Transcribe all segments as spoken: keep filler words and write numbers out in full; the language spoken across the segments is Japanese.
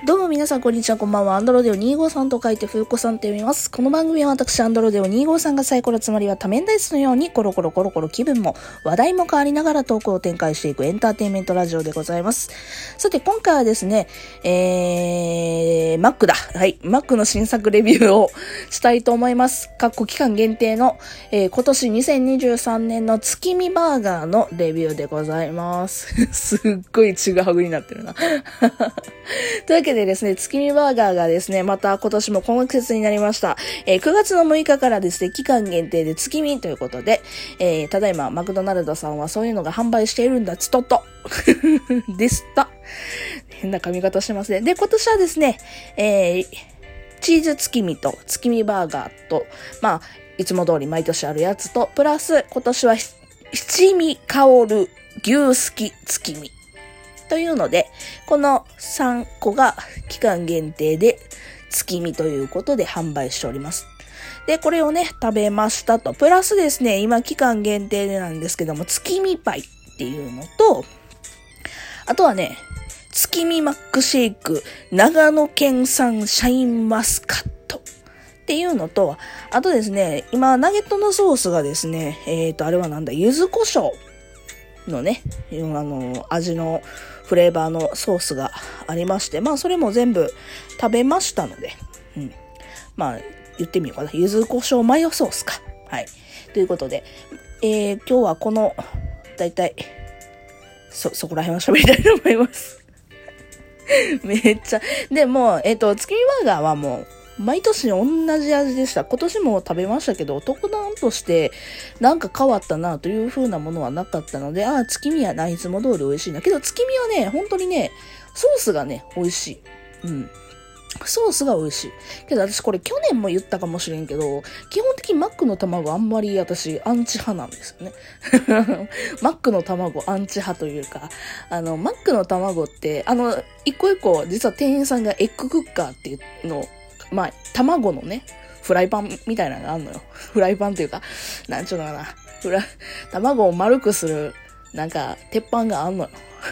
どうも皆さんこんにちは、こんばんは。アンドロデオにじゅうごさんと書いてふうこさんと読みます。この番組は私アンドロデオにじゅうごさんがサイコロつまりは多面ダイスのようにコロコロコロコロ気分も話題も変わりながらトークを展開していくエンターテインメントラジオでございます。さて今回はですね、えー、Mac だ。はい。Mac の新作レビューをしたいと思います。かっこ期間限定の、えー、今年にせんにじゅうさんねんの月見バーガーのレビューでございます。すっごいちぐはぐになってるな。というわけでですね、月見バーガーがですね、また今年もこの季節になりました。えー、くがつのむいかからですね、期間限定で月見ということで、えー、ただいまマクドナルドさんはそういうのが販売しているんだ、つとっと。でした。変な髪型してますね。で、今年はですね、えー、チーズ月見と月見バーガーと、まあ、いつも通り毎年あるやつと、プラス今年は七味香る牛すき月見。というので、このさんこが期間限定で月見ということで販売しております。で、これをね、食べましたと。プラスですね、今期間限定でなんですけども、月見パイっていうのと、あとはね、月見マックシェイク、長野県産シャインマスカットっていうのと、あとですね、今ナゲットのソースがですね、えーと、あれはなんだ、柚子胡椒のね、あの、味のフレーバーのソースがありまして、まあそれも全部食べましたので、うん。まあ言ってみようかな。柚子胡椒マヨソースか。はい。ということで、えー、今日はこの、だいたい、そ、そこら辺を喋りたいと思います。めっちゃ、でも、えっと、月見バーガーはもう、毎年同じ味でした。今年も食べましたけど、特段としてなんか変わったなという風なものはなかったので、ああ、月見やな、いつも通り美味しいんだけど、月見はね、本当にね、ソースがね、美味しい。うん。ソースが美味しい。けど私これ去年も言ったかもしれんけど、基本的にマックの卵あんまり私アンチ派なんですよね。マックの卵アンチ派というか、あの、マックの卵って、あの、一個一個実は店員さんがエッグクッカーっていうのをまあ、卵のね、フライパンみたいなのがあるのよ。フライパンっていうか、なんちゅうのかな。フラ、卵を丸くする、なんか、鉄板があんのよ。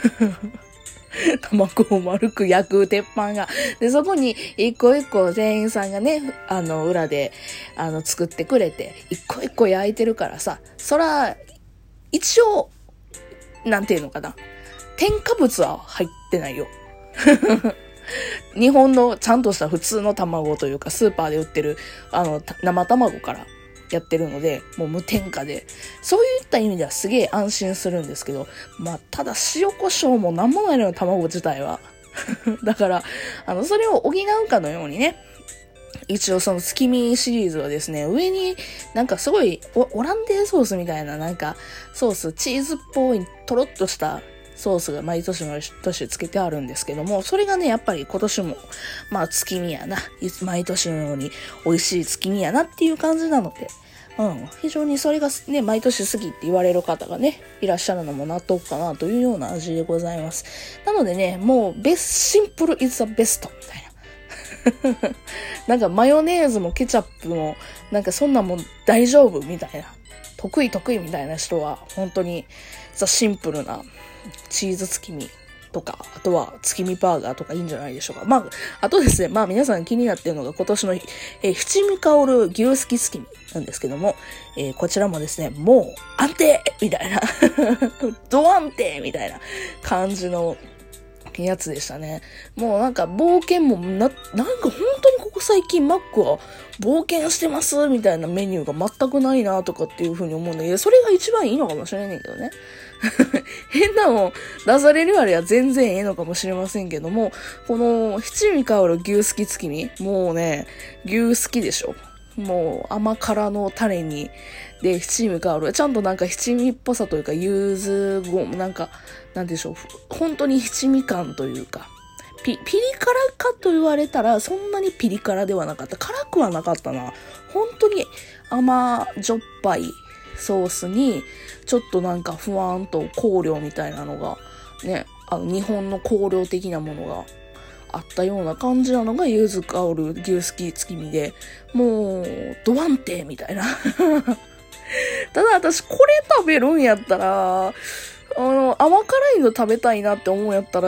卵を丸く焼く鉄板が。で、そこに一個一個店員さんがね、あの、裏で、あの、作ってくれて、一個一個焼いてるからさ、そら、一応、なんていうのかな。添加物は入ってないよ。日本のちゃんとした普通の卵というかスーパーで売ってるあの生卵からやってるのでもう無添加でそういった意味ではすげえ安心するんですけどまあただ塩コショウもなんもないのよ卵自体はだからあのそれを補うかのようにね一応その月見シリーズはですね上になんかすごい オ, オランデーソースみたいななんかソースチーズっぽいとろっとしたソースが毎年毎年つけてあるんですけども、それがね、やっぱり今年も、まあ月見やな、毎年のように美味しい月見やなっていう感じなので、うん、非常にそれがね、毎年好きって言われる方がね、いらっしゃるのも納得かなというような味でございます。なのでね、もうベス、シンプル is the best みたいな。なんかマヨネーズもケチャップも、なんかそんなもん大丈夫みたいな。得意得意みたいな人は、本当に、ザシンプルな、チーズ月見とか、あとは月見バーガーとかいいんじゃないでしょうか。まあ、あとですね、まあ皆さん気になっているのが今年の、えー、七味香る牛すき月見なんですけども、えー、こちらもですね、もう安定みたいな、ド安定みたいな感じのやつでしたね。もうなんか冒険もな、なんか本当にここ最近マックは冒険してますみたいなメニューが全くないなとかっていう風に思うんだけど、それが一番いいのかもしれないけどね。変なの出されるあれは全然ええのかもしれませんけども、この七味香る牛すき月見、もうね、牛すきでしょ。もう甘辛のタレに、で、七味香る。ちゃんとなんか七味っぽさというか、柚子ご、なんか、なんでしょう。本当に七味感というか、ピ、ピリ辛かと言われたら、そんなにピリ辛ではなかった。辛くはなかったな。本当に甘じょっぱいソースに、ちょっとなんかふわーんと香料みたいなのが、ね、あの日本の香料的なものがあったような感じなのが柚子香る牛すき月見で、もう、ド安定みたいな。ただ私これ食べるんやったら、あの、甘辛いの食べたいなって思うんやったら、定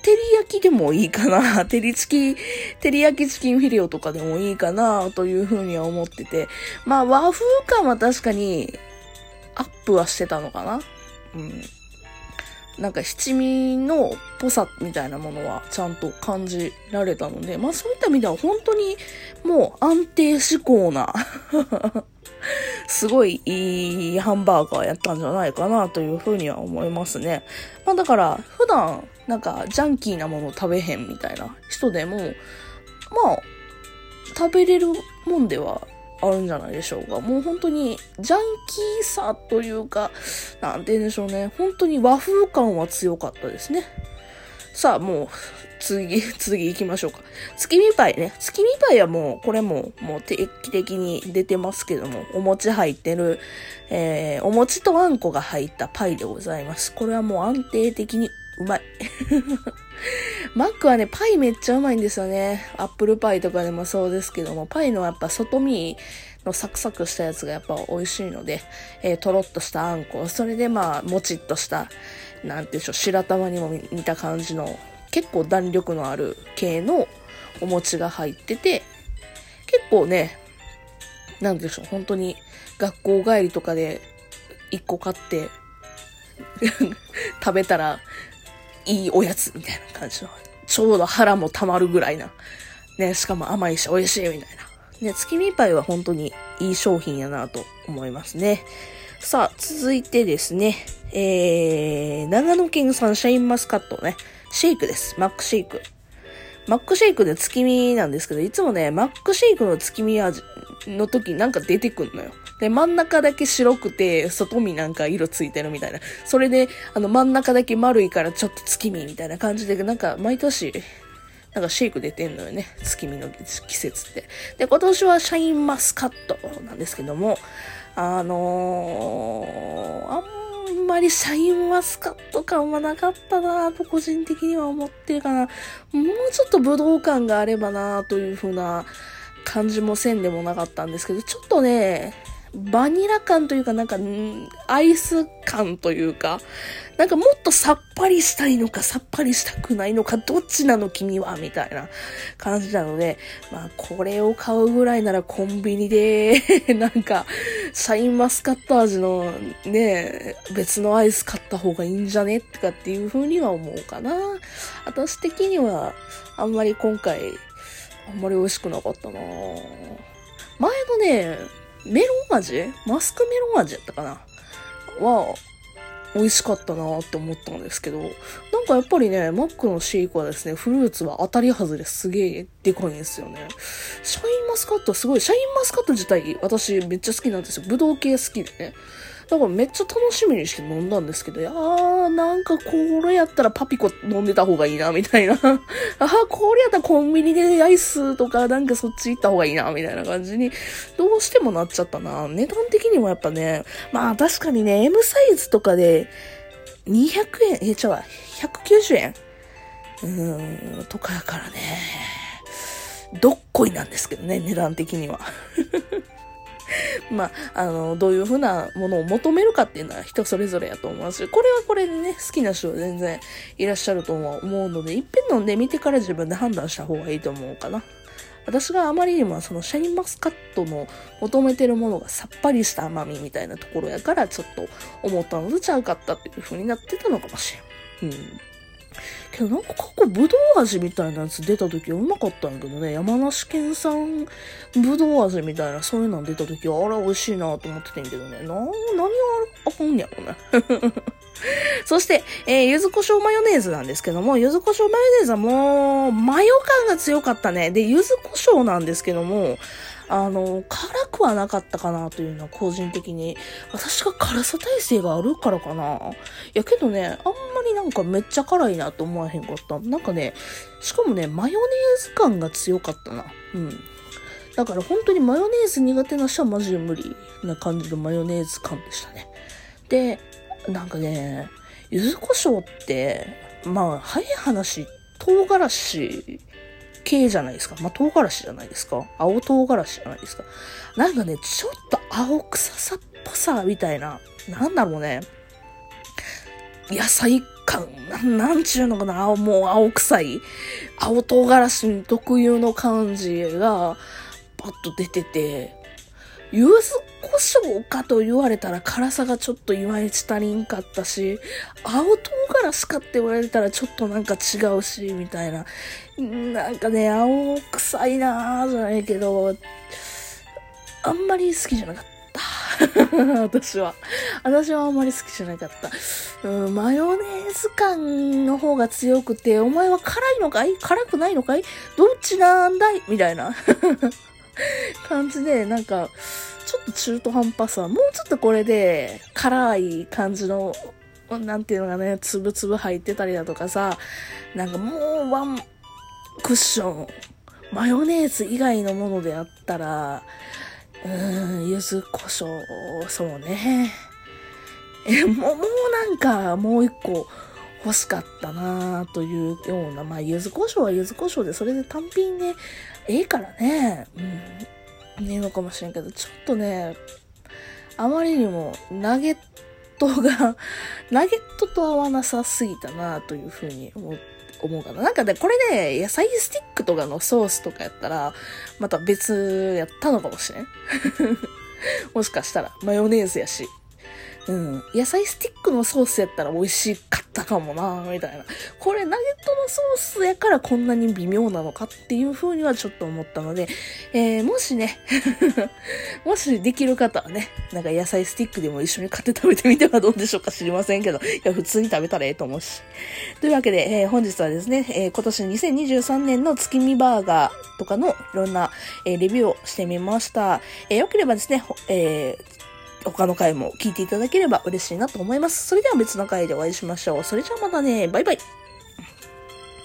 照り焼きでもいいかな。照りチキ、照り焼きチキンフィレオとかでもいいかな、というふうには思ってて。まあ、和風感は確かに、アップはしてたのかな。うん。なんか七味のぽさみたいなものはちゃんと感じられたので、まあそういった意味では本当にもう安定志向なすごいいいハンバーガーやったんじゃないかなというふうには思いますね。まあだから普段なんかジャンキーなもの食べへんみたいな人でもまあ食べれるもんではあるんじゃないでしょうか。もう本当にジャンキーさというか、なんて言うんでしょうね。本当に和風感は強かったですね。さあもう次、次行きましょうか。月見パイね。月見パイはもう、これももう定期的に出てますけども、お餅入ってる、えー、お餅とあんこが入ったパイでございます。これはもう安定的にうまい。マックはね、パイめっちゃうまいんですよね。アップルパイとかでもそうですけども、パイのやっぱ外身のサクサクしたやつがやっぱ美味しいので、えー、とろっとしたあんこ、それでまあ、もちっとした、なんていうんでしょう、白玉にも似た感じの、結構弾力のある系のお餅が入ってて、結構ね、なんでしょう、本当に学校帰りとかで一個買って食べたらいいおやつみたいな感じの、ちょうど腹も溜まるぐらいな、ね、しかも甘いし美味しいみたいな。ね、月見パイは本当にいい商品やなと思いますね。さあ、続いてですね、えー、長野県産シャインマスカットね、シェイクです。マックシェイク。マックシェイクで月見なんですけど、いつもね、マックシェイクの月見味の時なんか出てくんのよ。で、真ん中だけ白くて、外見なんか色ついてるみたいな。それで、あの真ん中だけ丸いからちょっと月見みたいな感じで、なんか毎年、なんかシェイク出てんのよね。月見の季節って。で、今年はシャインマスカットなんですけども、あのー、あんまりシャインマスカット感はなかったなぁと個人的には思ってるかな。もうちょっとブドウ感があればなぁという風な感じもせんでもなかったんですけど、ちょっとね、バニラ感というかなんか、アイス感というか、なんかもっとさっぱりしたいのかさっぱりしたくないのかどっちなの君はみたいな感じなので、まあこれを買うぐらいならコンビニでなんかシャインマスカット味のね別のアイス買った方がいいんじゃねとかっていう風には思うかな。私的にはあんまり今回あんまり美味しくなかったな。前のねメロン味マスクメロン味やったかなは美味しかったなって思ったんですけど、なんかやっぱりね、マックのシェイクはですね、フルーツは当たり外れすげえでかいんですよね。シャインマスカットすごい、シャインマスカット自体私めっちゃ好きなんですよ。ブドウ系好きでね。だからめっちゃ楽しみにして飲んだんですけど、いやー、なんかこれやったらパピコ飲んでた方がいいな、みたいな。あー、これやったらコンビニでアイスとかなんかそっち行った方がいいな、みたいな感じに、どうしてもなっちゃったな。値段的にもやっぱね、まあ確かにね、M サイズとかでにひゃくえん、え、ちゃうわ、ひゃくきゅうじゅうえんうーん、とかやからね。どっこいなんですけどね、値段的には。まあ、あの、どういう風なものを求めるかっていうのは人それぞれやと思いますし、これはこれでね、好きな人は全然いらっしゃると思うので、いっぺん飲んでみてから自分で判断した方がいいと思うかな。私があまりにもそのシャインマスカットの求めてるものがさっぱりした甘みみたいなところやからちょっと思ったのとちゃうかったっていう風になってたのかもしれん。うん。けどなんか過去ブドウ味みたいなやつ出た時はうまかったんやけどね、山梨県産ブドウ味みたいなそういうの出た時はあれ美味しいなと思ってたんやけどね、な、何があかんやろね。そして、えー、柚子胡椒マヨネーズなんですけども、柚子胡椒マヨネーズはもう、マヨ感が強かったね。で、柚子胡椒なんですけども、あの、辛くはなかったかなというのは個人的に、私が辛さ耐性があるからかな。いやけどね、あんまりなんかめっちゃ辛いなと思わへんかった。なんかね、しかもね、マヨネーズ感が強かったな。うん。だから本当にマヨネーズ苦手な人はマジで無理な感じのマヨネーズ感でしたね。で、なんかね、柚子胡椒って、まあ、早い話、唐辛子系じゃないですか。まあ、唐辛子じゃないですか。青唐辛子じゃないですか。なんかね、ちょっと青臭さっぽさみたいな、なんだろうね。野菜か、なんちゅうのかな、青、もう青臭い、青唐辛子特有の感じが、パッと出てて、柚子胡椒かと言われたら辛さがちょっといまいち足りんかったし、青唐辛子かって言われたらちょっとなんか違うし、みたいな。なんかね、青臭いなーじゃないけど、あんまり好きじゃなかった。私は。私はあんまり好きじゃなかった。うん、マヨネーズ感の方が強くて、お前は辛いのかい？辛くないのかい？どっちなんだい？みたいな感じで、なんか、ちょっと中途半端さ、もうちょっとこれで辛い感じの、なんていうのがね、つぶつぶ入ってたりだとかさ、なんかもうワンクッション、マヨネーズ以外のものであったら、うーん、柚子胡椒、そうね。え、もう、もうなんか、もう一個欲しかったなというような、まあ、柚子胡椒は柚子胡椒で、それで単品で、ええからね、うん、ねえのかもしれんけど、ちょっとね、あまりにも、ナゲットが、ナゲットと合わなさすぎたなというふうに思って、思うかな。なんかね、これね、野菜スティックとかのソースとかやったら、また別やったのかもしれん。もしかしたら、マヨネーズやし。うん。野菜スティックのソースやったら美味しかったかもなみたいな。これナゲットのソースやからこんなに微妙なのかっていう風にはちょっと思ったので、えー、もしね、もしできる方はね、なんか野菜スティックでも一緒に買って食べてみてはどうでしょうか知りませんけど、いや、普通に食べたらええと思うし。というわけで、えー、本日はですね、えー、今年にせんにじゅうさんねんの月見バーガーとかのいろんな、えー、レビューをしてみました。えー、よければですね、えー他の回も聞いていただければ嬉しいなと思います。それでは別の回でお会いしましょう。それじゃあまたね。バイバイ。